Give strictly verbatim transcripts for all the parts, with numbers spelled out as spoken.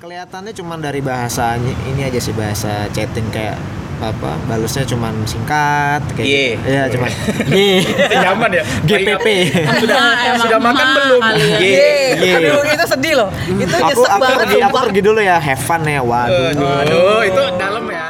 Kelihatannya cuma dari bahasanya ini aja sih, bahasa chatting kayak apa balasnya cuma singkat kayak Ye. gitu. Ya cuma ye. Nyaman ya. G P P. Sudah sudah makan belum? Ye. Ye. Aduh, itu sedih loh. Itu Aku nyesek aku banget. pergi aku sumpah. pergi dulu ya, have fun ya. Waduh. Aduh, itu dalam ya.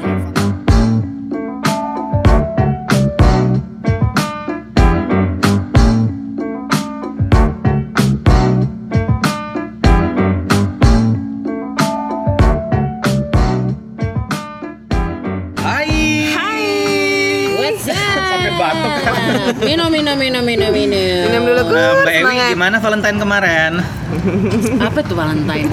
Batuk kan. Minum, minum, minum, minum, minum. Minum dulu Gus. Nah, Mbak Ewi semangat. gimana Valentine kemarin? Apa tuh Valentine?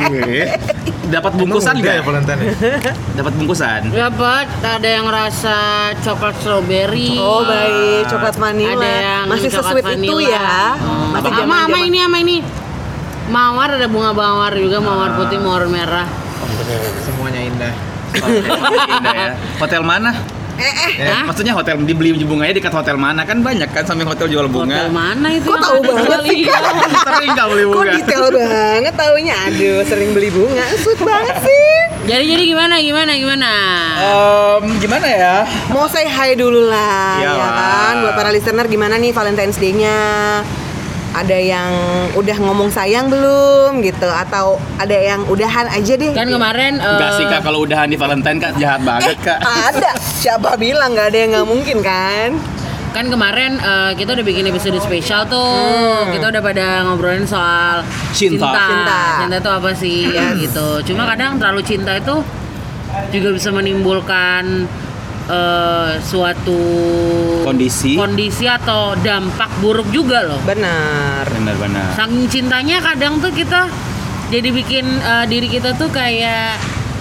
Dapat bungkusan enggak ya nggak? Valentine ya? Dapat bungkusan. Dapat, ada yang rasa coklat strawberry. Oh baik, coklat vanilla. Ada yang masih coklat sesuit itu vanilla. ya. Hmm. Masih Sama, sama zaman-zaman. ini, sama ini. Mawar, ada bunga mawar juga, mawar putih, mawar merah. Semuanya indah. Indah ya. Hotel mana? Eh eh, Eh, maksudnya hotel dibeli bunganya dekat hotel mana? Kan banyak kan samping hotel jual bunga. Hotel mana itu? Kok yang tahu ada banget jual sih, iya? Sering nggak beli kok bunga? detail banget taunya. Aduh, sering beli bunga. Sweet banget sih. Jadi, jadi gimana, gimana, gimana? Em, gimana ya? Mau say hi dulu lah, ya Iyalah. kan? Buat para listener gimana nih Valentine's Day-nya? Ada yang udah ngomong sayang belum gitu? Atau ada yang udahan aja deh? Kan kemarin eh, Enggak sih kak, kalau udahan di Valentine kak jahat banget kak. Ada. Siapa bilang nggak ada yang nggak mungkin kan? kan kemarin eh, kita udah bikin episode spesial tuh. Kita udah pada ngobrolin soal Cinta. cinta. Cinta. Cinta itu apa sih gitu. Cuma kadang terlalu cinta itu juga bisa menimbulkan eh, suatu Kondisi. kondisi atau dampak buruk juga loh. Benar. Benar-benar. Saking cintanya kadang tuh kita jadi bikin eh, diri kita tuh kayak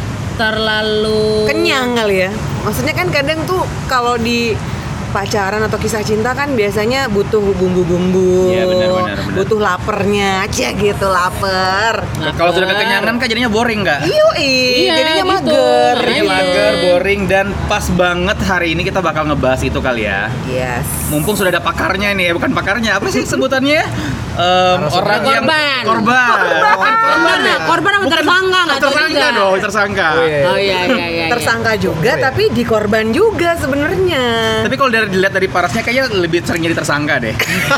terlalu Kenyang kali ya. Maksudnya kan kadang tuh kalau di pacaran atau kisah cinta kan biasanya butuh bumbu-bumbu, Iya, benar, benar, benar. butuh lapernya aja gitu, lapar. Kalau sudah kekenyangan kan jadinya boring nggak? Yoi, Iya, jadinya gitu. mager. Jadinya Iya. mager, boring dan pas banget hari ini kita bakal ngebahas itu kali ya. Yes. Mumpung sudah ada pakarnya nih, ya bukan pakarnya, apa sih sebutannya? Em, orang yang Korban. korban. korban ya? Korban apa tersangka nggak tahu Tersangka juga. dong, tersangka. Oh iya iya iya. Tersangka juga Apa ya? tapi di korban juga sebenarnya. Tapi kalau dari dilihat dari parasnya kayaknya lebih sering jadi tersangka deh.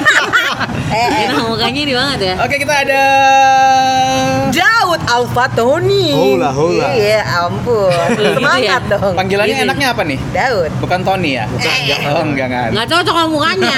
Eh, Nah, mukanya ini banget ya. Oke, kita ada Daud Alfatoni. Hola, hola. Iya, ampun. Gitu Semangat ya? dong. panggilannya Gitu. enaknya apa nih? Daud. Bukan Tony ya? Oh, enggak kan. Nggak cocok sama mukanya.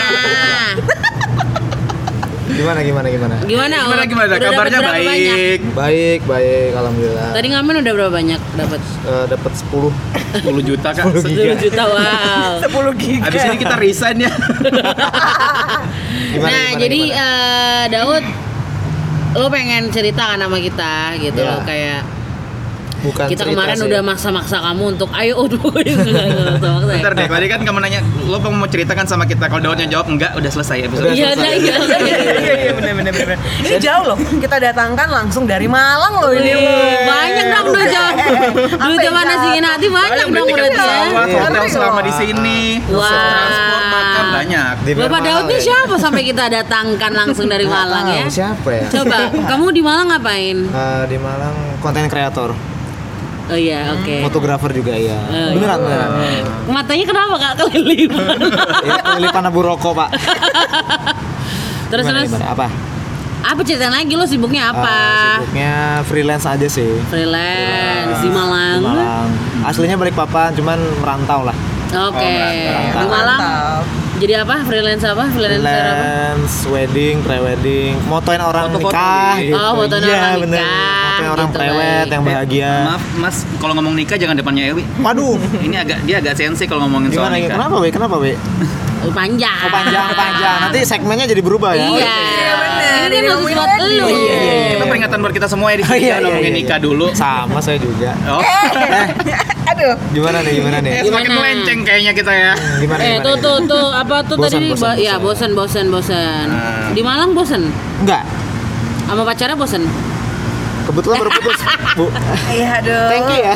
Gimana gimana gimana? Gimana? Gimana gimana? Udah dapet Kabarnya berapa banyak? baik. Baik, baik, alhamdulillah. Tadi ngamen udah berapa banyak dapat? Eh, dapat sepuluh. sepuluh juta Kak. sepuluh giga. sepuluh juta wow. sepuluh giga. Habis ini kita resign ya. Gimana, Nah, gimana, jadi gimana? eh, Daud lo pengen cerita kan sama kita gitu Ya. loh kayak Bukan kita cerita kemarin sih. udah maksa-maksa kamu untuk ayo udah maksa-maksa. Bentar deh, tadi kan kamu nanya lo mau ceritakan sama kita, kalau Daudnya jawab enggak, udah selesai episode. Udah Iya, selesai. iya, iya. Iya iya benar benar benar. Ini jauh loh. Kita datangkan langsung dari Malang loh ini. Wih, banyak dong duit jam. Duit yang zaman nasihin jatuh? hati banyak Banyak dong tiket berarti ya. pesawat, Iya. hotel Ngerti selama loh. di sini, Wah. transport makan banyak. Di Bapak Malang Daud ini ya? siapa sampai kita datangkan langsung dari Nggak Malang tahu, ya? Siapa ya? Coba, kamu di Malang ngapain? Eh, di Malang konten kreator, Oh iya, oke. fotografer juga ya. Oh, Beneran beneran. Matanya kenapa Kak kelilipan? Ya, kelilipan abu rokok pak. Terus Gimana, terus gimana? Apa? apa cerita lagi lo sibuknya apa? Eh, sibuknya freelance aja sih. Freelance di Malang. Di Malang. Aslinya Balikpapan, cuman merantau lah. Oke. merantau. Di Malang. Mantap. Jadi apa? Freelance apa? Freelance apa? Freelance, wedding, pre-wedding, motoin orang Foto-foto. nikah gitu. Oh, fotoin Iya, orang bener. nikah, Motoin orang gitu, prewed baik. yang bahagia. Maaf Mas, kalau ngomong nikah jangan depannya Ewi. Waduh. Ini agak dia agak sensi kalau ngomongin soal Gimana? nikah. Kenapa, We? Kenapa, We? Oh, panjang. Oh, panjang, panjang. Nanti segmennya jadi berubah ya. Iya. bener. Ini kan Jadi khusus ngomongin buat wedding. lu. Iya, iya, iya. Kita peringatan buat kita semua ya di Oh, sini iya, jangan iya, ngomongin iya. nikah dulu. Sama saya juga. Oh. Eh, Aduh. gimana nih? Gimana nih? Eh, semakin Gimana? melenceng kayaknya kita ya. Gimana? Eh, gimana, tuh gimana? tuh tuh apa tuh Bosan, tadi? bosan, Ba- Ya, bosan. bosan bosan bosan. Nah. Di Malang bosan? Enggak. Sama pacarnya bosan? Kebetulan baru putus, Bu. Iya, aduh. Thank you ya.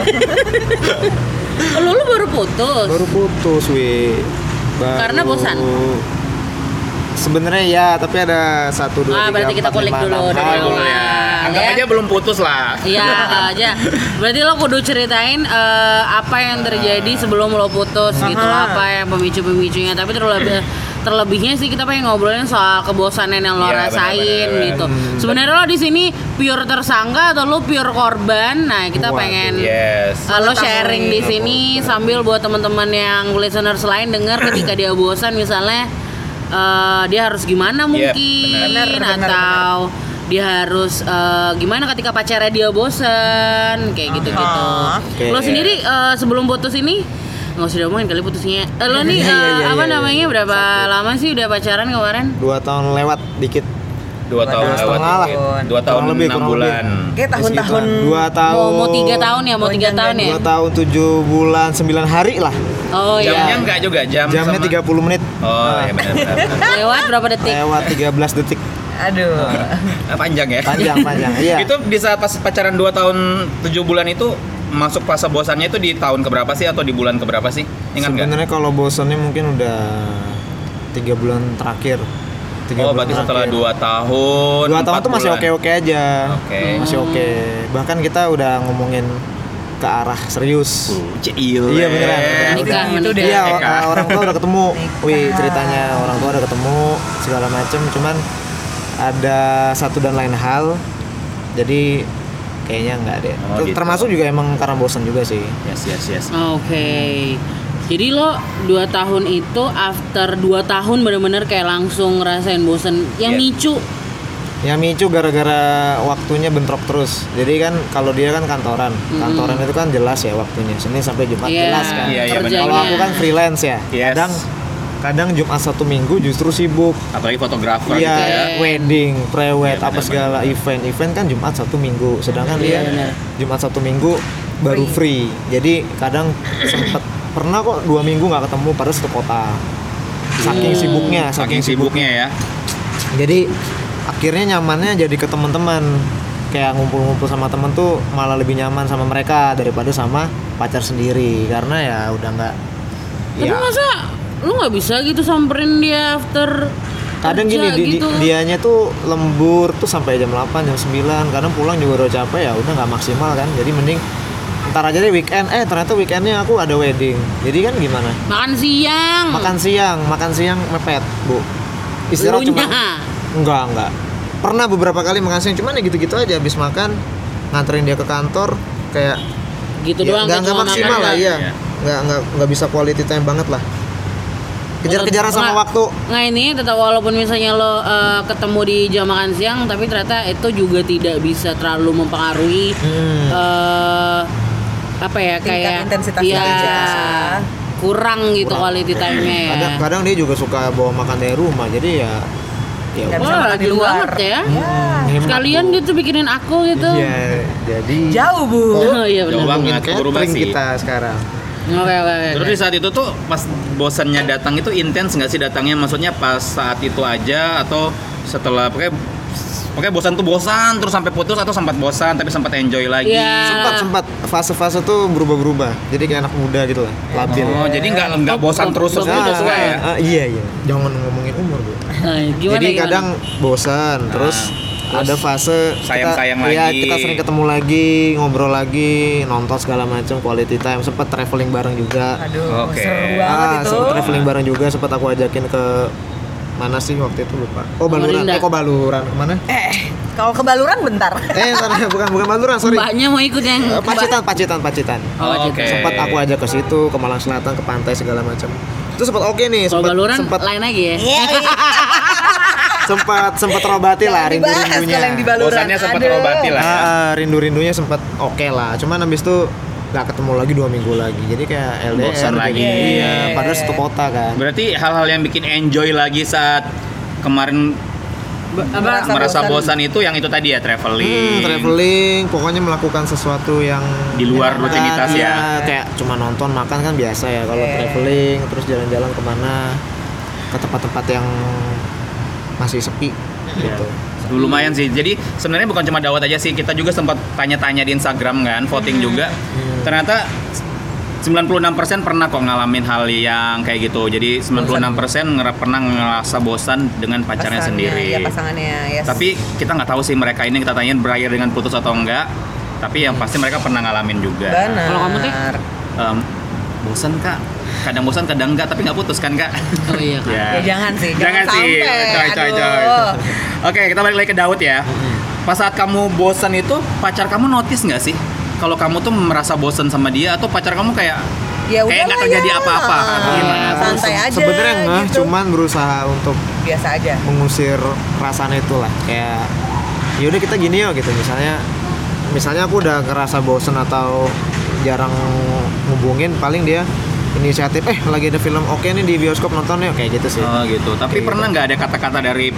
Lu lu baru putus. Baru putus, We. Baru- Karena bosan? Sebenarnya ya, tapi ada satu dua Ah, tiga berarti kita empat kulik lima dulu enam dari hal. awal. Ya, anggap Ya. aja belum putus lah. Iya aja. Berarti lo kudu ceritain eh, apa yang terjadi sebelum lo putus gitu, Aha. apa yang pemicu-pemicunya. Tapi terlebih terlebihnya sih kita pengen ngobrolin soal kebosanan yang lo Iya, rasain benar-benar. gitu. Hmm. Sebenarnya lo di sini pure tersangka atau lo pure korban? Nah kita Waduh. pengen Yes. uh, lo Mengetahui. sharing di sini sambil buat teman-teman yang listeners lain dengar ketika dia bosan misalnya uh, dia harus gimana mungkin benar. Benar, benar, atau dia harus uh, gimana ketika pacarnya dia bosan kayak gitu-gitu. Oke. Lo sendiri uh, sebelum putus ini nggak usah diomongin kali putusnya. Eh, lo nih Iya, uh, iya, iya, apa iya. namanya berapa lama sih udah pacaran kemarin? Dua tahun lewat dikit. Dua tahun Dua lewat setengah lah. dikit. Dua tahun Kurang lebih, enam kurang bulan. Kayak tahun-tahun Dua tahun. Mau mau tiga tahun ya, mau tiga Gonjang tahun ya. Dua tahun tujuh bulan sembilan hari lah. Oh Jamnya iya. enggak juga jam Jamnya sama- tiga puluh menit. Oh iya benar benar. benar. Lewat berapa detik? Lewat tiga belas detik. Aduh. Nah, panjang ya. Panjang panjang. Iya. Itu di saat pas pacaran dua tahun tujuh bulan itu masuk fase bosannya itu di tahun keberapa sih atau di bulan keberapa sih? Ingat nggak? Sebenarnya kalau bosannya mungkin udah tiga bulan terakhir. Tiga Oh bulan berarti setelah terakhir. dua tahun. Dua tahun empat tuh masih bulan. oke-oke aja. Oke. Masih oke. Bahkan kita udah ngomongin ke arah serius. Uh, Cile. Iya, beneran. Nikah, Itu menikah. deh. Iya, Eka. o- orang tua udah ketemu. Nikah. Wih, ceritanya orang tua udah ketemu segala macem. Cuman ada satu dan lain hal. Jadi kayaknya nggak deh. Oh, Ter- gitu. Termasuk juga emang karena bosan juga sih. Yes yes yes. Oke. Jadi lo dua tahun itu after dua tahun bener-bener kayak langsung ngerasain bosen. Yang Iya. micu Yang micu gara-gara waktunya bentrok terus. Jadi kan kalau dia kan kantoran, kantoran itu kan jelas ya waktunya. Senin sampai Jumat Iya, jelas kan. Iya, iya, benar. kerjanya. Kalau aku kan freelance ya. Yes. Kadang kadang Jumat satu minggu justru sibuk. Apalagi fotografer Iya, gitu ya. wedding, pre-wed, Iya, apa benar, segala event. Event kan Jumat satu minggu, sedangkan Iya, dia benar. Jumat satu minggu baru free. Jadi kadang sempet pernah kok dua minggu nggak ketemu padahal satu kota. Saking Hmm. sibuknya, Saking sibuknya ya. Jadi akhirnya nyamannya jadi ke teman-teman. Kayak ngumpul-ngumpul sama temen tuh malah lebih nyaman sama mereka daripada sama pacar sendiri karena ya udah nggak. Tapi Ya, masa lu nggak bisa gitu samperin dia after kadang kerja gini di, di- gitu? dianya tuh lembur tuh sampai jam delapan jam sembilan kadang pulang juga udah capek ya udah nggak maksimal kan jadi mending ntar aja deh weekend eh ternyata weekendnya aku ada wedding jadi kan gimana Makan siang. makan siang makan siang mepet bu istirahat Elunya. cuma enggak enggak pernah beberapa kali makan siang cuman ya gitu-gitu aja habis makan nganterin dia ke kantor kayak Gitu ya, doang. nggak kayak nggak cuma maksimal makan lah doang. iya Iya. nggak nggak nggak bisa quality time banget lah kejar-kejaran sama Nggak- waktu. Nggak ini tetap walaupun misalnya lo uh, ketemu di jam makan siang tapi ternyata itu juga tidak bisa terlalu mempengaruhi Hmm. eh, apa ya Tingkat kayak intensitas ya, intensitas. kurang gitu quality time-nya ya. kadang kadang dia juga suka bawa makan dari rumah jadi ya ya Nggak udah. bisa Wah, makan di rajin luar. banget ya. Hmm, hemat, Sekalian Bu. gitu bikinin aku gitu. Iya, jadi Jauh, Bu. Oh, iya Jauh benar. banget. bikin keburu catering basi. kita sekarang. Oke oke oke. Terus di saat itu tuh pas bosannya datang itu intens nggak sih datangnya? Maksudnya pas saat itu aja atau setelah pokoknya pokoknya bosan tuh bosan terus sampai putus atau sempat bosan tapi sempat enjoy lagi. Iya. Sempat sempat fase-fase tuh berubah-berubah. Jadi kayak anak muda gitu lah, labil. Oh, jadi nggak nggak bosan terus terus Belum putus putus, nggak ya? ah, iya iya. Jangan ngomongin umur, Bu. Nah, gimana jadi gimana? kadang bosan, terus, ada fase sayang-sayang kita, iya, lagi. kita sering ketemu lagi, ngobrol lagi, nonton segala macam, quality time. Sempat traveling bareng juga. Aduh, Oke. seru banget Ah, itu. sempat traveling bareng juga. Sempat aku ajakin ke mana sih waktu itu lupa. Oh Baluran, Samarinda. eh kok Baluran kemana? Eh, kalau ke Baluran bentar. Eh, ntar, bukan bukan Baluran, sorry. Mbaknya mau ikut yang Eh, Pacitan, Pacitan, Pacitan. Oh, oke. Sempat aku ajak ke situ, ke Malang Selatan, ke pantai segala macam. Itu sempat oke nih, Kalau sempat baluran sempat lain lagi ya. Iya, iya. sempat sempat terobati lah Jangan dibahas rindu-rindunya. kalau yang di Baluran. Bosannya sempat Aduh. terobati lah. Ah, ah, rindu-rindunya sempat oke lah. Cuman habis itu nggak ketemu lagi dua minggu lagi. Jadi kayak L D R Bosan jadi- lagi. Iya, padahal satu kota kan. Berarti hal-hal yang bikin enjoy lagi saat kemarin Ba- apa? Merasa merasa bosan. bosan itu yang itu tadi ya Hmm, traveling. traveling, pokoknya melakukan sesuatu yang Di luar menyenangkan, rutinitas ya. iya, kayak cuma nonton makan kan biasa ya. Kalau Iya. traveling terus jalan-jalan kemana ke tempat-tempat yang masih sepi gitu. Lumayan sih. Jadi sebenarnya bukan cuma Dawat aja sih, kita juga sempat tanya-tanya di Instagram kan, voting juga. Ternyata sembilan puluh enam persen pernah kok ngalamin hal yang kayak gitu. Jadi sembilan puluh enam persen nger- pernah ngerasa bosan dengan pacarnya Pasangannya, sendiri. ya pasangannya, yes. Tapi kita nggak tahu sih mereka ini, kita tanyain berakhir dengan putus atau enggak. Tapi yang pasti mereka pernah ngalamin juga. Benar. Kalau kamu, Teh? Em, bosan kak, kadang bosan kadang enggak, tapi nggak putus kan kak? Oh iya kan. Ya. Ya jangan sih, Jangan jangan sih, sampai. coy coy coy. Aduh. Oke, kita balik lagi ke Daud ya. Pas saat kamu bosan itu, pacar kamu notice nggak sih? Kalau kamu tuh merasa bosan sama dia, atau pacar kamu kayak Ya kayak udahlah nggak terjadi ya. apa-apa? Atau gimana? Santai aja. Sebenarnya enggak, gitu. cuman berusaha untuk Biasa aja. mengusir perasaan itu lah. Kayak yaudah kita gini yuk gitu. Misalnya misalnya aku udah ngerasa bosen atau jarang ngubungin, paling dia inisiatif, eh lagi ada film oke nih di bioskop nonton yuk, kayak gitu sih. Oh gitu. Tapi Kayak pernah nggak ada kata-kata dari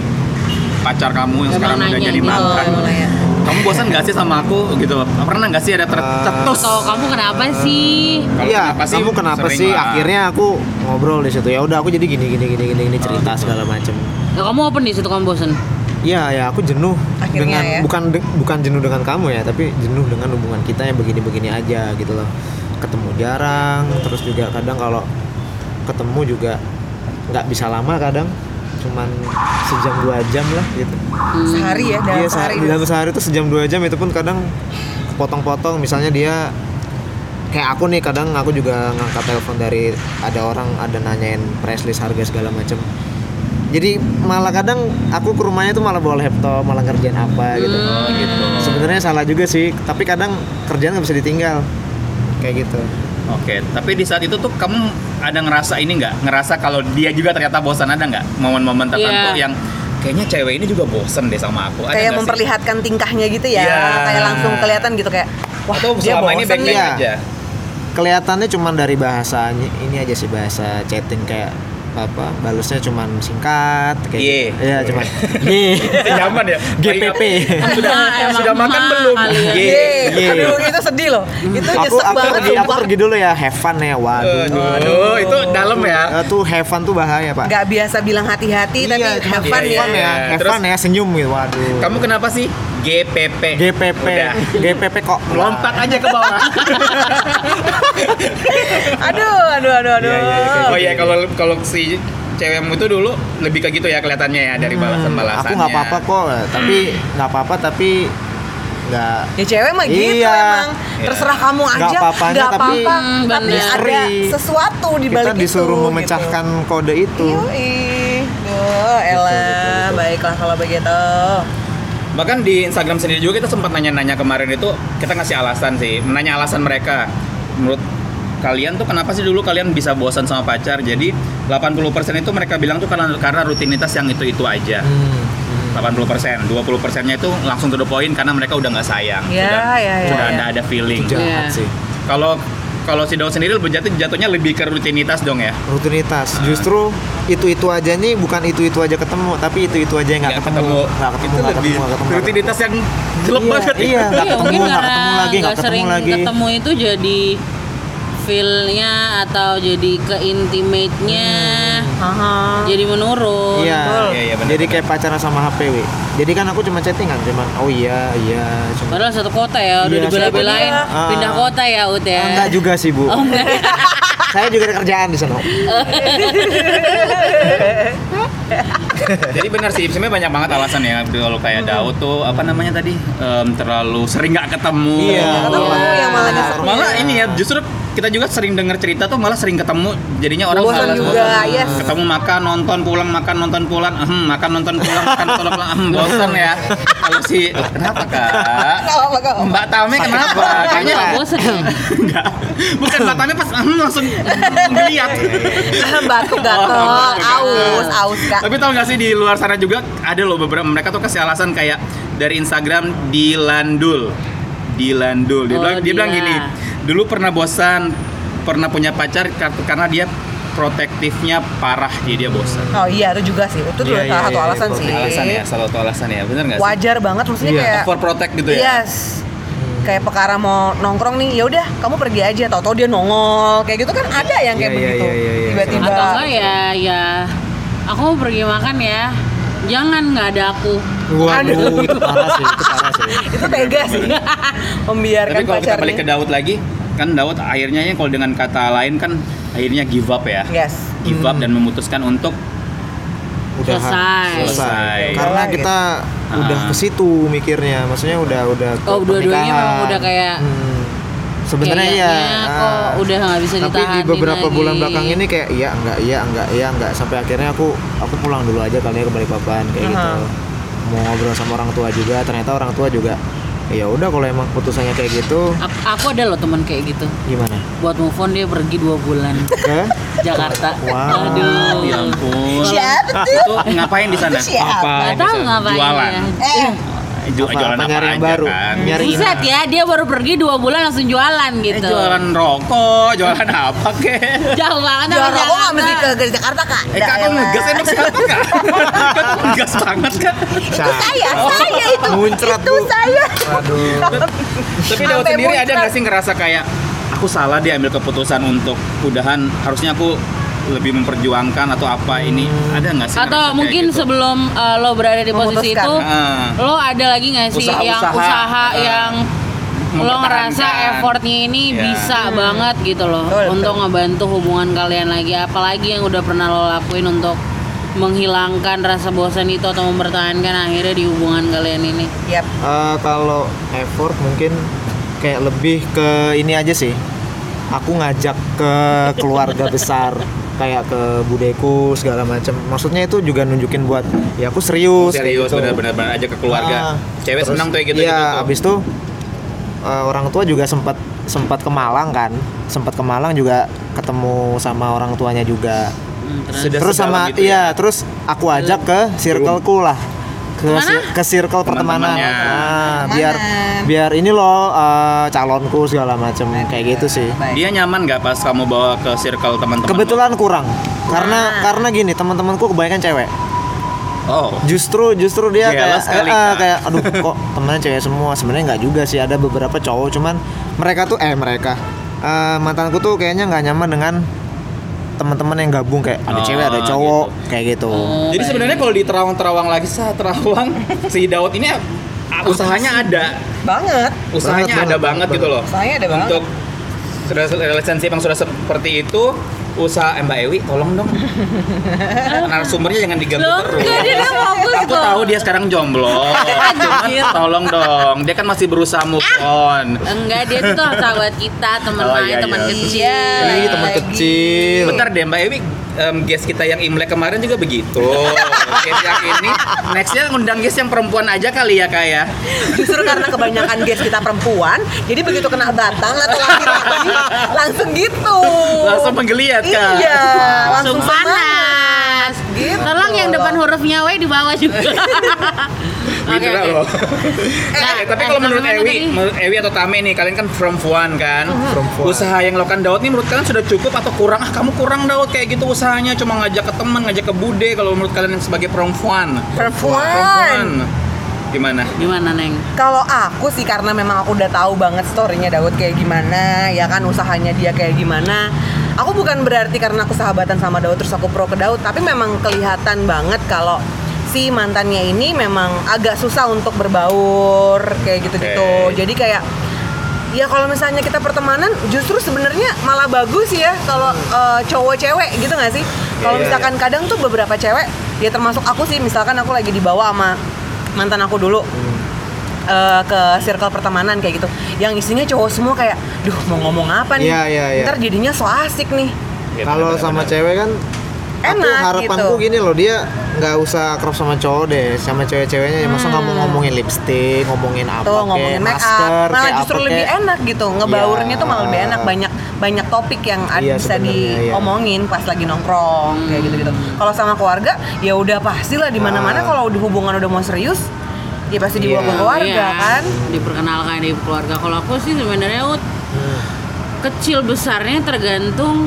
pacar kamu yang Emang sekarang udah nanya jadi gitu. mantan? Emang nanya. Kamu bosan nggak sih sama aku gitu? Pernah nggak sih ada tercetus? Atau kamu kenapa sih? Kalau Iya, kenapa sih? kamu kenapa Sering sih? lah. Akhirnya aku ngobrol di situ. Ya udah aku jadi gini gini gini gini gini cerita gitu. segala macem. Ya, kamu open di situ kamu bosen. Iya, ya aku jenuh Akhirnya dengan ya. bukan de- bukan jenuh dengan kamu ya, tapi jenuh dengan hubungan kita yang begini-begini aja gitu loh. Ketemu jarang, terus juga kadang kalau ketemu juga nggak bisa lama kadang, cuman sejam dua jam lah gitu. Sehari ya, dalam Iya, sehari. sehari, dalam sehari itu sejam dua jam, itu pun kadang potong-potong. Misalnya dia kayak aku nih, kadang aku juga ngangkat telepon dari ada orang, ada nanyain price list harga segala macam. Jadi malah kadang aku ke rumahnya tuh malah bawa laptop, malah ngerjain apa gitu. Oh gitu. Sebenarnya salah juga sih, tapi kadang kerjaan nggak bisa ditinggal kayak gitu. Oke, tapi di saat itu tuh kamu ada ngerasa ini nggak? Ngerasa kalau dia juga ternyata bosan, ada nggak momen-momen tertentu Iya. yang kayaknya cewek ini juga bosan deh sama aku? Ada Kayak nggak sih? memperlihatkan tingkahnya gitu ya. Iya. Kayak langsung kelihatan gitu kayak wah, Atau dia selama ini bosen baik-baik nih. Iya. aja? Kelihatannya cuman dari bahasanya ini aja sih, bahasa chatting kayak apa, balasnya cuman singkat kayak Ye. gitu. Iya, cuman ye. Nyaman ya? G P P. Sudah, Emang sudah makan mahal belum? kali ya. Ye. Ye. Aduh, itu sedih loh. Itu aku nyesek aku banget pergi aku sumpah. pergi dulu ya, have fun ya. Waduh. Aduh, itu dalam ya? Eh, tuh have fun tuh bahaya, Pak. Gak biasa bilang hati-hati tapi Iya, have iya, fun ya. have fun ya, have Terus- fun ya, senyum gitu. Waduh. Kamu kenapa sih G P P? G P P. Udah. G P P kok Lompat aja ke bawah. Aduh, aduh, aduh, aduh. Iya, iya, kayak Oh iya, kalau kalau si cewekmu itu dulu lebih kayak gitu ya kelihatannya ya dari balasan-balasannya. Aku nggak apa-apa kok, tapi nggak apa-apa tapi nggak. Ya cewek mah gitu Iya. emang. Terserah kamu Nggak aja. apa-apanya, nggak tapi apa-apa. Hmm, Tapi bener. ada sesuatu di Kita balik itu. disuruh gitu. memecahkan kode itu. Yoi. Duh, elah. Baiklah kalau begitu. Bahkan di Instagram sendiri juga kita sempat nanya-nanya kemarin itu, kita ngasih alasan sih, menanya alasan mereka. Menurut kalian tuh kenapa sih dulu kalian bisa bosan sama pacar? Jadi delapan puluh persen itu mereka bilang tuh karena karena rutinitas yang itu-itu aja. Hmm. delapan puluh persen, dua puluh persennya itu langsung to the point karena mereka udah nggak sayang, Ya, sudah ya, ya, sudah ya. ada ada feeling. Itu jahat Iya. sih. Kalau kalau si Daud sendiri lebih jatuh jatuhnya lebih ke rutinitas dong ya. Rutinitas. Justru itu-itu aja nih, bukan itu-itu aja ketemu, tapi itu-itu aja yang nggak Nggak ketemu. Nggak ketemu, Itu nggak lebih ketemu, nggak ketemu. nggak rutinitas yang jelek Iya, banget. iya. ya. nggak Iya, ketemu, mungkin nggak karena ketemu lagi, nggak nggak ketemu sering lagi. ketemu itu jadi feel-nya atau jadi ke-intimate-nya Haha. jadi menurun. Iya, Iya, iya, benar, jadi benar. kayak pacaran sama H P W. Jadi kan aku cuma chattingan, cuman oh iya iya. Cuma Padahal satu kota ya, udah Iya, dibela-belain satu kota. pindah Ah. kota ya Ut ya. enggak juga sih bu. Oh, enggak. Saya juga ada kerjaan di sana. Jadi benar sih, sebenarnya banyak banget alasan ya. Kalau kayak Daud tuh apa namanya tadi em, terlalu sering nggak ketemu. Iya. Ketemu yang malah Iya. nyesek. Malah ini ya, justru kita juga sering dengar cerita tuh malah sering ketemu, jadinya orang Bosan malas juga, bosan. yes. Ketemu makan nonton pulang makan nonton pulang, ehem, makan nonton pulang makan nonton pulang, ehem, bosan ya. Kalau si kenapa kak? Nggak apa-apa, nggak apa-apa. Mbak Tame kenapa? Kayaknya Kayaknya nggak bosen ya. enggak. Bukan Mbak Tame pas ehem, langsung ngeliat. Batuk gatel, aus, aus kak. Tapi tau gak sih di luar sana juga ada loh beberapa mereka tuh kasih alasan kayak dari Instagram Dilandul. Dilandul. Dia Oh, bilang dia dia. bilang gini, dulu pernah bosan, pernah punya pacar kar- karena dia protektifnya parah, jadi dia bosan. Oh iya itu juga sih. Itu juga Iya, salah iya, satu iya, alasan iya, sih. Alasan ya, salah satu alasan ya, bener gak sih? Wajar banget maksudnya Iya. kayak Overprotect gitu ya. Yes. Kayak perkara mau nongkrong nih, ya udah kamu pergi aja. Tahu-tahu dia nongol, kayak gitu kan ada yang kayak Iya, iya, begitu. iya, iya, iya. Tiba-tiba. Atau enggak ya, ya aku mau pergi makan ya. Jangan nggak ada aku. Waduh, itu parah sih, itu parah sih. Itu tega sih. Membiarkan Tapi kalau kita pacarnya. balik ke Daud lagi, kan Daud akhirnya kalau dengan kata lain kan akhirnya give up ya. Yes. Give up dan memutuskan untuk Udahan. Selesai. Selesai. Karena Gitu. kita udah Ah. ke situ mikirnya, maksudnya udah udah ke Oh, dua-duanya pernikahan. memang udah kayak Hmm. Sebenarnya iya. kayaknya kok ah. udah nggak bisa Tapi di ditahanin beberapa lagi. bulan belakang ini kayak iya enggak iya enggak iya enggak sampai akhirnya aku aku pulang dulu aja kali ya ke Balikpapan kayak gitu. Aha. Mau ngobrol sama orang tua juga, ternyata orang tua juga ya udah kalau emang putusannya kayak gitu Aku, aku ada loh teman kayak gitu. gimana? Buat move on dia pergi dua bulan Ke Jakarta. Wow. Aduh. ya ampun. Siapa tuh? Itu ngapain di sana? Itu siapa? Apa? Nggak di tahu sana? ngapain Jualan. ya. Eh, Ju- Apa- jualan apa apa nyari yang aja baru? kan? Nyari Buset ya, dia baru pergi dua bulan langsung jualan Eh, gitu. jualan rokok, jualan apa kek? Jauh banget jual sama rokok nggak mesti ke Jakarta. ke Jakarta kak? Eh kak, kok ngegas emang siapa kak? Kak, kok ngegas banget kak? Itu saya, saya itu, Muncrat, itu Bu. saya. Aduh. Tapi Daud Sampai sendiri ada muncrat. nggak sih ngerasa kayak aku salah dia ambil keputusan untuk udahan, harusnya aku lebih memperjuangkan atau apa ini, ada nggak sih? ngerasa Atau kayak mungkin gitu? sebelum uh, lo berada di posisi Memutuskan. itu, Ah. lo ada lagi nggak sih yang Usaha-usaha, usaha ah, yang lo ngerasa mempertahankan. effortnya ini Ya. bisa banget gitu loh Betul, untuk betul. ngebantu hubungan kalian lagi, apalagi yang udah pernah lo lakuin untuk menghilangkan rasa bosan itu atau mempertahankan akhirnya di hubungan kalian ini. Yap. Eh, kalau effort mungkin kayak lebih ke ini aja sih. Aku ngajak ke keluarga besar kayak ke budeku segala macam. Maksudnya itu juga nunjukin buat ya aku serius. kayak serius gitu. benar-benar aja ke keluarga. Ah, Cewek terus, senang tuh kayak gitu. Iya, gitu. abis itu eh, orang tua juga sempat sempat ke Malang kan. Sempat ke Malang juga ketemu sama orang tuanya juga. Hmm, terus Sudah Terus sedalam sama itu iya, ya? terus aku ajak ke circleku lah. Ke, Kemana? si- ke circle pertemanan. Teman-temannya. Nah, biar Pertemanan. biar ini loh eh, calonku segala macam kayak gitu sih. Baik. Dia nyaman nggak pas kamu bawa ke circle teman-teman? Kebetulan kurang. Karena Nah. karena gini, teman-temanku kebanyakan cewek. Oh. Justru justru dia kayak Jealous kali, eh, eh, Kak. kayak aduh kok temennya cewek semua. Sebenarnya nggak juga sih, ada beberapa cowok cuman mereka tuh eh mereka eh, mantanku tuh kayaknya nggak nyaman dengan teman-teman yang gabung kayak ada Oh, cewek ada cowok gitu. kayak gitu. Oh, Jadi baik. sebenarnya kalau di Terawang-Terawang lagi sah Terawang si Daud ini ah, usahanya ada, Banget. usahanya Banget, ada banget, banget, gitu loh. Usahanya ada banget. Untuk sudah relationship yang sudah seperti itu, usaha eh, Mbak Ewi tolong dong. Narasumbernya jangan diganggu Loh, terus. enggak, dia udah fokus Aku kok. tahu dia sekarang jomblo. Cuman tolong dong, dia kan masih berusaha move on. enggak, dia tuh sahabat kita, teman Oh, main, iya, teman iya. kecil. Iya. Ih, teman lagi. kecil. Bentar deh Mbak Ewi, em, guest kita yang Imlek kemarin juga begitu. Guest yang ini, nextnya ngundang guest yang perempuan aja kali ya Kak ya. Justru karena kebanyakan guest kita perempuan, jadi begitu kena batang atau laki-laki langsung gitu. Langsung menggeliat Kak. Iya, Langsung langsung panas. Gitu. Tolong yang depan hurufnya W di bawah juga. Oke, Gitu oke. loh. Nah, Eh, tapi eh, kalau menurut gimana Ewi, tadi? menurut Ewi atau Tame nih, kalian kan perempuan kan. Perempuan. Usaha yang lakukan Daud nih menurut kalian sudah cukup atau kurang? Ah, kamu kurang Daud kayak gitu usahanya, cuma ngajak ke teman, ngajak ke bude kalau menurut kalian yang sebagai perempuan. Perempuan. Perempuan. Gimana? Gimana, Neng? Kalau aku sih karena memang aku udah tahu banget storynya Daud kayak gimana, ya kan usahanya dia kayak gimana. Aku bukan berarti karena aku sahabatan sama Daud terus aku pro ke Daud, tapi memang kelihatan banget kalau si mantannya ini memang agak susah untuk berbaur kayak gitu-gitu. Oke. Jadi kayak ya kalau misalnya kita pertemanan justru sebenarnya malah bagus ya kalau eh, cowok cewek gitu nggak sih? Kalau Iya, misalkan kadang tuh beberapa cewek ya termasuk aku sih, misalkan aku lagi dibawa sama mantan aku dulu eh, ke circle pertemanan kayak gitu, yang isinya cowok semua kayak, duh mau ngomong apa nih? Iya, iya, iya. Ntar jadinya so asik nih. Gitu, Kalau benar, sama benar. cewek kan aku Enak harapanku gitu. gini loh, dia nggak usah akrab sama cowok deh, sama cewek-ceweknya ya masa nggak mau ngomongin lipstick, ngomongin apa Tuh kayak ngomongin make masker, up, malah kayak justru apa lebih kayak- enak gitu, ngebaurnya tuh malah lebih enak, Iya. banyak banyak topik yang ada Iya, bisa sebenarnya, iya. diomongin pas lagi nongkrong kayak gitu-gitu. Kalau sama keluarga ya udah pasti lah di mana-mana Ah. kalau di hubungan udah mau serius ya pasti dibawa Iya. ke keluarga Iya, kan. diperkenalkan di keluarga. Kalau aku sih sebenarnya Ut, Hmm. kecil besarnya tergantung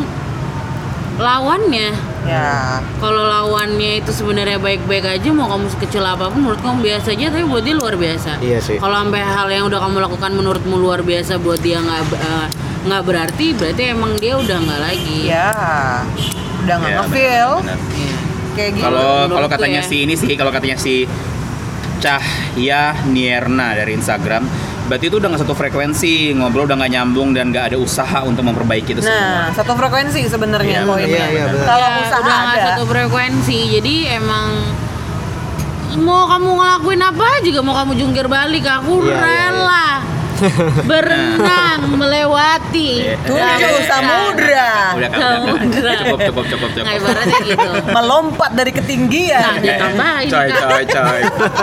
lawannya. Ya. Kalau lawannya itu sebenarnya baik-baik aja, mau kamu sekecil apapun menurut kamu biasa aja, tapi buat dia luar biasa. Iya sih. Kalau sampai hal yang udah kamu lakukan menurutmu luar biasa, buat dia nggak eh, nggak berarti, berarti emang dia udah nggak lagi. Ya. Udah nggak Ya, ngefeel benar, benar. Iya. kayak gitu. Kalau kalau Menurutku katanya ya. si ini sih, kalau katanya si Cahya Nierna dari Instagram, berarti itu udah nggak satu frekuensi, ngobrol udah nggak nyambung dan nggak ada usaha untuk memperbaiki itu Nah, semua. satu frekuensi sebenarnya Iya, poinnya. iya, iya, benar. Kalau Ya, usaha udah nggak ada. satu frekuensi, jadi emang mau kamu ngelakuin apa juga, mau kamu jungkir balik, aku Iya, iya, rela berenang melewati Iya. Tujuh lautan. samudra. Udah kan, udah kan. Samudra. Cukup, cukup, cukup, cukup. Nah, ibaratnya gitu. Melompat dari Nah, ketinggian. ditambahin Coy, Kak. coy, coy.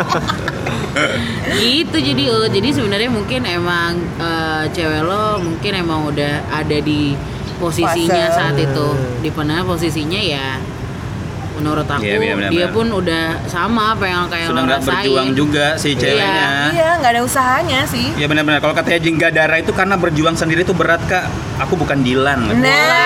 Gitu jadi oh, jadi sebenarnya mungkin emang eh, cewek lo mungkin emang udah ada di posisinya Fase. saat itu, di mana posisinya ya menurut aku Iya, benar, benar, dia benar. pun udah sama apa yang kayak Sudah lo nggak rasain. berjuang juga si ceweknya. Iya, nggak ada usahanya sih. Ya benar-benar. Kalau katanya Jingga Dara itu karena berjuang sendiri itu berat kak. Aku bukan Dilan.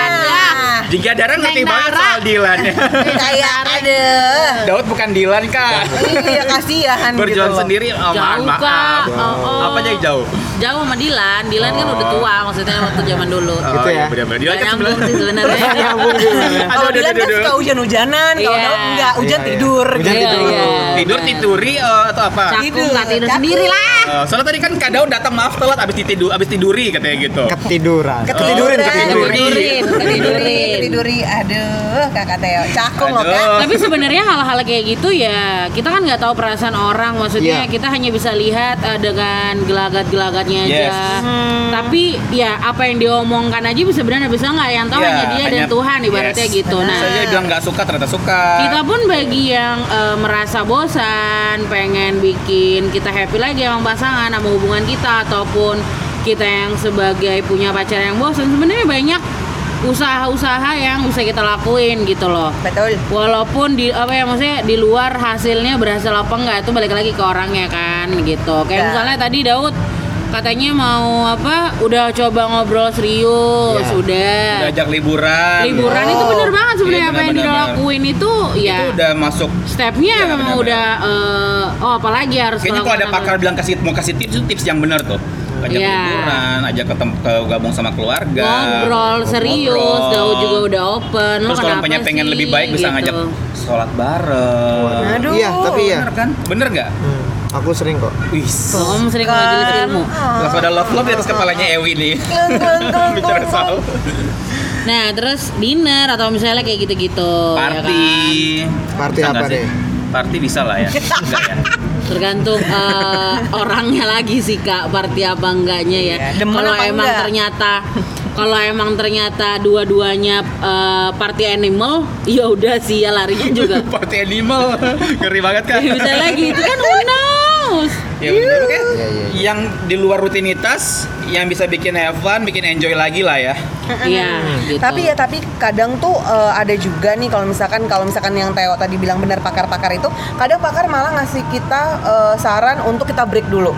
Nah, Jingga Dara ngerti Neng banget Dara. soal Dilan ya. kayak ada. Daud bukan Dilan kak. Iya kasihan gitu Berjuang loh. sendiri. Oh, Jauh, maaf, Kak. maaf. Oh, oh. Apa jadi jauh? Jauh sama Dilan, Dilan kan Oh. udah tua maksudnya waktu zaman dulu. Oh, Gitu ya. iya, benar-benar. Dilan Nggak kan nyambung sih sebenarnya. sebenarnya. Nyambung juga. Kalau Aduh, Dilan aduh, kan aduh, suka aduh. hujan-hujanan, kalau Iya. Daud enggak, hujan Iya, iya. tidur Hujan gitu. tidur. Iya. Tidur tituri eh, atau apa? Cakung Tidur, nggak tidur cakung. sendiri lah. Eh, soalnya tadi kan Kak Daud datang maaf telat abis tidur abis tiduri katanya gitu. Ketiduran. Ketiduran. Ketiduran. Ketidurin, ketidurin. Ketiduri, aduh kakak Teo, cakung loh Aduh. kak. Tapi sebenarnya hal-hal kayak gitu ya kita kan nggak tahu perasaan orang, maksudnya Iya. kita hanya bisa lihat eh, dengan gelagat-gelagatnya aja. Yes. Tapi ya apa yang diomongkan aja bisa benar bisa nggak, yang tahu Iya, hanya dia dan hanya- Tuhan ibaratnya yes. gitu. Nah, Saya bilang nggak suka ternyata suka. kita pun bagi yang eh, merasa bosan, pengen bikin kita happy lagi sama pasangan, sama hubungan kita, ataupun kita yang sebagai punya pacar yang bosan, sebenarnya banyak usaha-usaha yang bisa kita lakuin gitu loh. Betul. Walaupun di apa ya maksudnya di luar hasilnya berhasil apa enggak itu balik lagi ke orangnya kan gitu. Kayak Ya. misalnya tadi Daud katanya mau apa udah coba ngobrol serius, Ya. udah. Udah ajak liburan. Liburan Oh. itu bener banget sebenarnya Iya, apa yang benar-benar. dilakuin itu ya Itu udah masuk. stepnya Iya, memang benar-benar. udah eh, oh apalagi harus Kayaknya kalau ada melakukan pakar apa. bilang kasih mau kasih tips itu tips yang benar tuh. Ajak Iya. liburan, ajak ketemu ke gabung sama keluarga. ngobrol serius, ngobrol. Daud juga udah open. Lo Terus kalau kenapa pengen pengen sih? lebih baik bisa Gitu. ngajak sholat bareng. Aduh. Iya, tapi ya. Bener kan? Bener nggak? Hmm, aku sering kok. Wih. Oh, Om sering ke majelis ilmu. Langsung ada love love di atas kepalanya Ewi nih. Kleng, kleng, kleng, Bicara kleng, soal Nah, terus dinner atau misalnya kayak gitu-gitu. ya party. kan? Party Bisa apa nggak sih? deh? Party bisa lah ya. Enggak ya? Tergantung eh, orangnya lagi sih Kak, party apa enggaknya ya. Iya, demen Kalau apa emang enggak? ternyata kalau emang ternyata dua-duanya eh, party animal, ya udah sih ya larinya juga. Party animal. Ngeri banget kan? Bisa lagi itu kan who knows. Ya bener kan? Iya, iya. Yang di luar rutinitas, yang bisa bikin have fun, bikin enjoy lagi lah ya. Iya, gitu. Tapi ya tapi kadang tuh eh, ada juga nih kalau misalkan kalau misalkan yang Teo tadi bilang benar pakar-pakar itu, kadang pakar malah ngasih kita eh, saran untuk kita break dulu.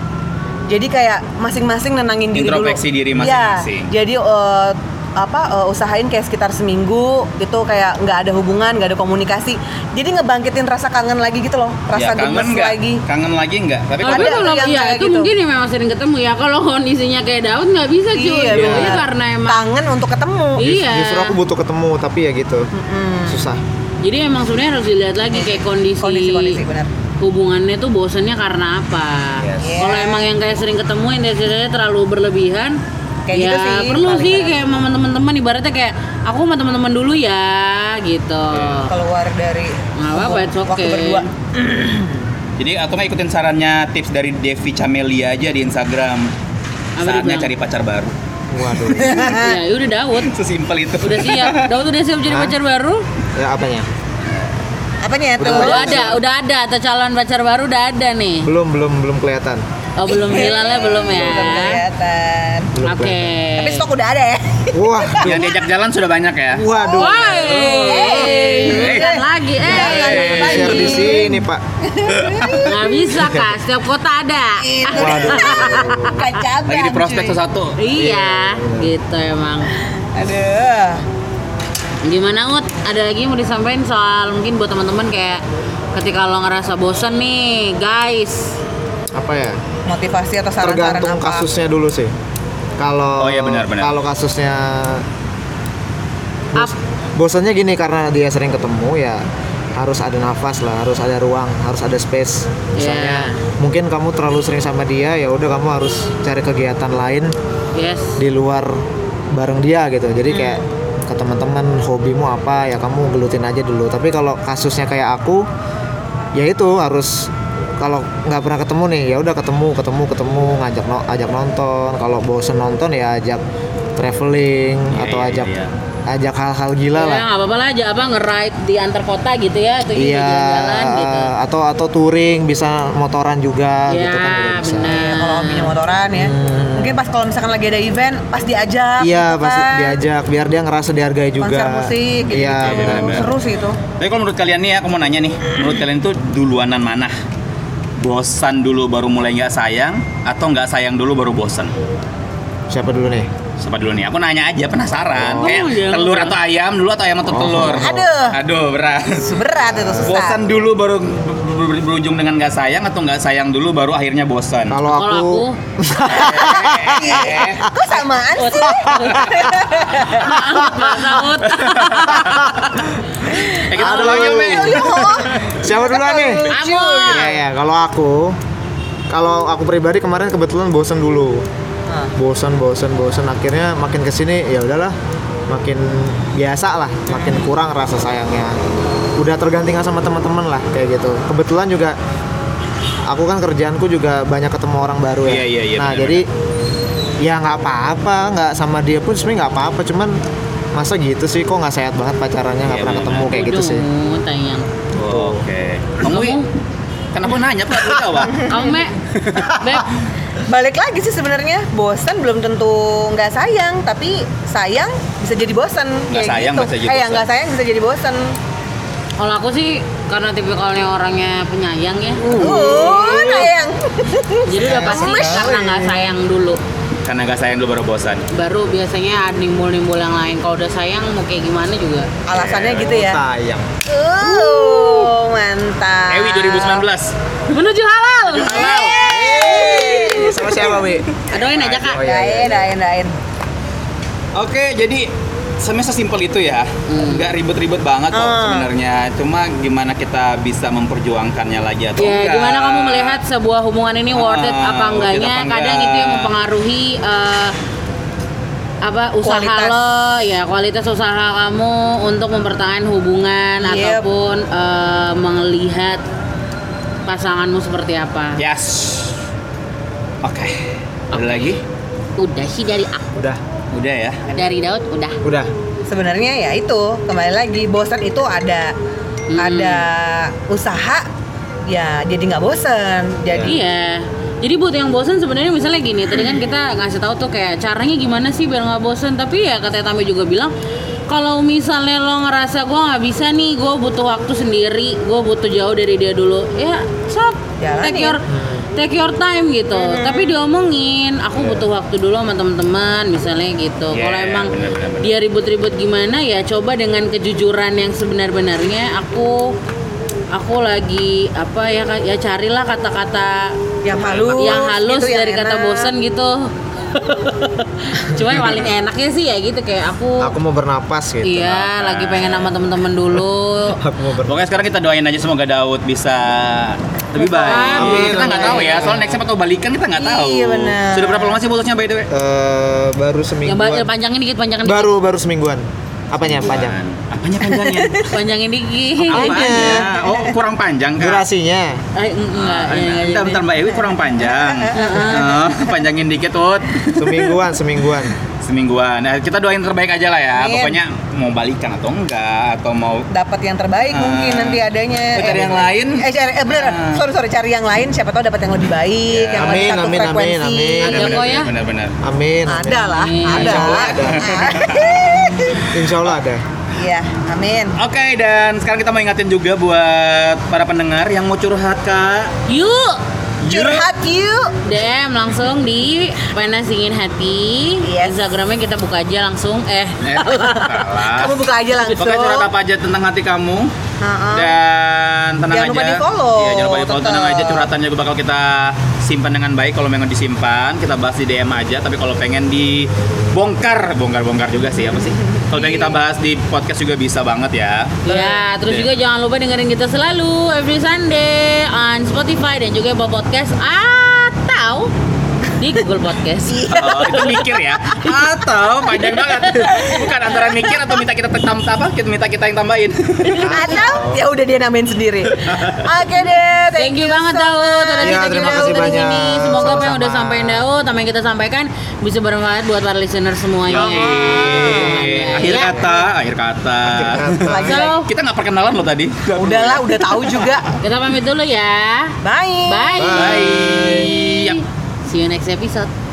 Jadi kayak masing-masing nenangin diri dulu. Introspeksi diri masing-masing. Iya. Jadi eh, apa eh, usahain kayak sekitar seminggu gitu kayak nggak ada hubungan, nggak ada komunikasi. Jadi ngebangkitin rasa kangen lagi gitu loh, rasa Ya, kangen gemes nggak? lagi. Kangen lagi nggak? Tapi Tapi Ada kalau yang ya kayak itu gitu. mungkin ya memang sering ketemu ya. Kalau kondisinya kayak Daud nggak bisa cuy. Iya, Doi benar. karena emang Kangen untuk ketemu. Iya. Justru aku butuh ketemu tapi ya gitu. Susah. Jadi emang sebenarnya harus dilihat lagi kayak kondisi, Kondisi-kondisi benar. hubungannya tuh bosannya karena apa. Yes. Kalau Yes. emang yang kayak sering ketemu intensitasnya terlalu berlebihan, Kayak ya gitu sih, perlu paling sih benar. kayak sama teman-teman ibaratnya kayak aku sama teman-teman dulu ya gitu. Keluar dari Nggak apa-apa, it's waktu okay. berdua. jadi atau nggak ikutin sarannya tips dari Devi Camelia aja di Instagram. Apa dia Saatnya bilang? cari pacar baru. Waduh. Ya udah Daud, Sesimpel itu. udah siap. Daud udah siap jadi Hah? pacar baru? Ya apanya? Apanya tuh? Udah Udah ada, udah ada. Atau calon pacar baru udah ada nih. Belum belum belum kelihatan. Oh belum, hilalnya belum ya. Belum kelihatan. Belum Oke. kelihatan. Tapi stok udah ada ya. Wah. Yang diajak jalan sudah banyak ya. Waduh. Woi, Hey. bukan lagi, eh, Jangan Share di sini, Pak. nggak bisa kak, setiap kota ada. Itu. Waduh. Kacaban. Lagi di prospek cuy. satu. Iya, gitu emang. Aduh. Gimana Ut? Ada lagi yang mau disampaikan soal mungkin buat teman-teman kayak ketika lo ngerasa bosen nih, guys. Apa ya? Motivasi atau saran-saran Tergantung apa? kasusnya dulu sih. Kalau Oh iya, benar, benar. Kalau kasusnya bos, Up. bosannya gini karena dia sering ketemu ya harus ada nafas lah, harus ada ruang, harus ada space. Misalnya Yeah. mungkin kamu terlalu sering sama dia, ya udah kamu harus cari kegiatan lain Yes. di luar bareng dia gitu. Jadi kayak ke teman-teman, hobimu apa ya kamu gelutin aja dulu. Tapi kalau kasusnya kayak aku, ya itu harus, kalau nggak pernah ketemu nih ya udah ketemu ketemu ketemu ngajak no, ajak nonton. Kalau bosen nonton ya ajak traveling Iya, atau iya, ajak iya. ajak hal-hal gila Ya lah. nggak apa-apa lah, aja apa nge-ride di antar kota gitu ya, atau juga Iya, jalan-jalan gitu. atau atau touring, bisa motoran juga Ya, gitu kan juga bisa. benar. Ya, kalau hobinya motoran ya. Mungkin pas kalau misalkan lagi ada event, pas diajak. Iya, gitu pasti kan. diajak biar dia ngerasa dihargai juga. Konser musik gitu. Iya, Iya, benar. benar. Seru sih itu. Tapi kalau menurut kalian nih, aku mau nanya nih, menurut kalian tuh duluanan mana? Bosan dulu baru mulai nggak sayang, atau nggak sayang dulu baru bosan? Siapa dulu nih? Siapa dulu nih? Aku nanya aja, penasaran. Oh, Kayak iya. telur atau ayam dulu atau ayam atau Oh. telur? Aduh. Aduh, berat. Berat itu susah. Bosan dulu baru ber- ber- berujung dengan nggak sayang, atau nggak sayang dulu baru akhirnya bosan? Kalau Kalau aku, aku, Eh, Kok samaan sih? maaf Mbak Saud. eh, kita Aduh. ulang yuk, Me. siapa duluan nih? Aku. Iya ya, kalau aku, kalau aku pribadi kemarin kebetulan bosen dulu, bosen bosen bosen akhirnya makin kesini ya udahlah, makin biasa lah, makin kurang rasa sayangnya, udah tergantikan sama teman-teman lah kayak gitu. Kebetulan juga aku kan kerjaanku juga banyak ketemu orang baru ya. Iya, iya, iya, Nah benar, jadi ya nggak apa-apa, nggak sama dia pun sebenarnya nggak apa-apa, cuman masa gitu sih kok nggak sehat banget pacarannya, nggak Iya, pernah benar. ketemu kayak gitu sih. Aduh, tayang. Oke. Kamu, Wi? Kan aku nanya, Pak, aku jawab. Kamu, Me? Beb, Balik lagi sih sebenarnya, bosan belum tentu nggak sayang, tapi sayang bisa jadi bosan. Nggak kayak sayang gitu. bisa jadi Eh, yang bosan. nggak sayang bisa jadi bosan. kalau aku sih karena tipikalnya orangnya penyayang ya. Uh, sayang. Jadi udah pasti karena nggak sayang dulu. Karena nggak sayang dulu baru bosan. Baru biasanya ada nimbul-nimbul yang lain. Kalau udah sayang mau kayak gimana juga. Alasannya gitu ya. Sayang. Uh, mantap. Ewi dua ribu sembilan belas. Menuju halal. Yeay. Sama siapa, Wi? Adoin aja Kak. Oh, iya, iya. Dain, dain, dain. Oke, jadi sebenarnya sesimpel itu ya, Hmm. nggak ribet-ribet banget kok Ah. sebenarnya. Cuma gimana kita bisa memperjuangkannya lagi atau Ya, enggak? gimana kamu melihat sebuah hubungan ini worth it Ah, apa worth it enggaknya? apa Kadang enggak. itu yang mempengaruhi eh, apa usaha Kualitas. lo, ya kualitas usaha kamu untuk mempertahankan hubungan Yep. ataupun eh, melihat pasanganmu seperti apa. Yes. Oke. Ada Oke. lagi? Udah sih dari aku, Udah, Udah ya. dari Daud udah. udah. Sebenarnya ya itu kembali lagi bosan itu ada Hmm. ada usaha ya jadi nggak bosan. Jadi Iya. Jadi buat yang bosan sebenarnya misalnya gini, tadi kan kita ngasih tahu tuh kayak caranya gimana sih biar nggak bosan. Tapi ya katanya Tami juga bilang kalau misalnya lo ngerasa gue nggak bisa nih, gue butuh waktu sendiri, gue butuh jauh dari dia dulu, ya sob, Jalanin. take your take your time gitu. Tapi diomongin, aku butuh waktu dulu sama teman-teman misalnya gitu. Yeah, Kalau emang benar, benar, benar. dia ribut-ribut gimana ya coba dengan kejujuran yang sebenar-benarnya. Aku aku lagi apa ya ya carilah kata-kata yang halus, yang halus gitu, yang dari kata enak. bosan gitu. Cuma yang paling enaknya sih ya gitu kayak aku, Aku mau bernapas gitu. iya lagi pengen sama temen-temen dulu. Aku mau bernapas. Pokoknya sekarang kita doain aja semoga Daud bisa lebih baik. Amin. Kita nggak tahu ya, soal next atau balikan kita nggak tahu. Iya, benar. Sudah berapa lama sih putusnya by the way? Eh, baru Yang semingguan. ba- panjangin dikit, panjangin dikit. Baru baru semingguan. Apanya panjang? Apanya panjangnya? Panjangin dikit. Apanya? Oh, kurang panjang kan? Durasinya. Eh, enggak, ya, enggak Bentar, jadi. bentar Mbak Ewi kurang panjang. Oh, panjangin dikit, Ut. Semingguan, semingguan. Semingguan. Nah, kita doain terbaik aja lah ya. Amin. Pokoknya mau balikan atau enggak atau mau Dapat yang terbaik Ah. mungkin nanti adanya. Oh, cari yang lain? Eh, cari, eh bener, Ah. sorry sorry cari yang lain. Siapa tahu dapat yang lebih baik, Ya. yang Amin, lebih satu amin, amin, frekuensi. amin. Ada kok ya. Benar-benar. Amin. amin. Ada lah, Amin. ada. Insya Allah ada. Insya Allah ada. Iya, amin. Oke, dan sekarang kita mau ingatin juga buat para pendengar yang mau curhat, Kak. Yuk, Curhat yuk. D M langsung di Panas Dingin Hati. Yes. Instagramnya kita buka aja langsung. Eh, Eh, salah. Kamu buka aja langsung. Pokoknya curhat apa aja tentang hati kamu. Ha-ha. Dan tenang Jangan aja. lupa di-follow, Iya, jangan lupa di-follow. tetap. Tenang aja, curhatannya juga bakal kita simpan dengan baik. Kalau memang disimpan, kita bahas di D M aja. Tapi kalau pengen dibongkar, bongkar-bongkar juga sih apa sih? Kalau pengen kita bahas di podcast juga bisa banget ya. Ya, terus Oke. juga jangan lupa dengerin kita selalu every Sunday on Spotify dan juga Apple Podcast atau di Google Podcast. Oh, itu mikir ya? Atau panjang banget? Bukan antara mikir atau minta kita tambah apa? Kita minta kita yang tambahin. Atau ya udah dia namain sendiri. Oke deh, Thank you banget so Daud, udah much. Iya, kita terima Daud kasih dari banyak. sini. Semoga apa yang udah Sama-sama. sampaikan Daud, sama yang kita sampaikan bisa bermanfaat buat para listener semuanya. Oke. Akhir Ya. kata, akhir kata. Lagi So, lagi. Kita nggak perkenalan loh tadi. Udahlah, udah tahu juga. kita pamit dulu ya. Bye. Bye. Bye. See you next episode.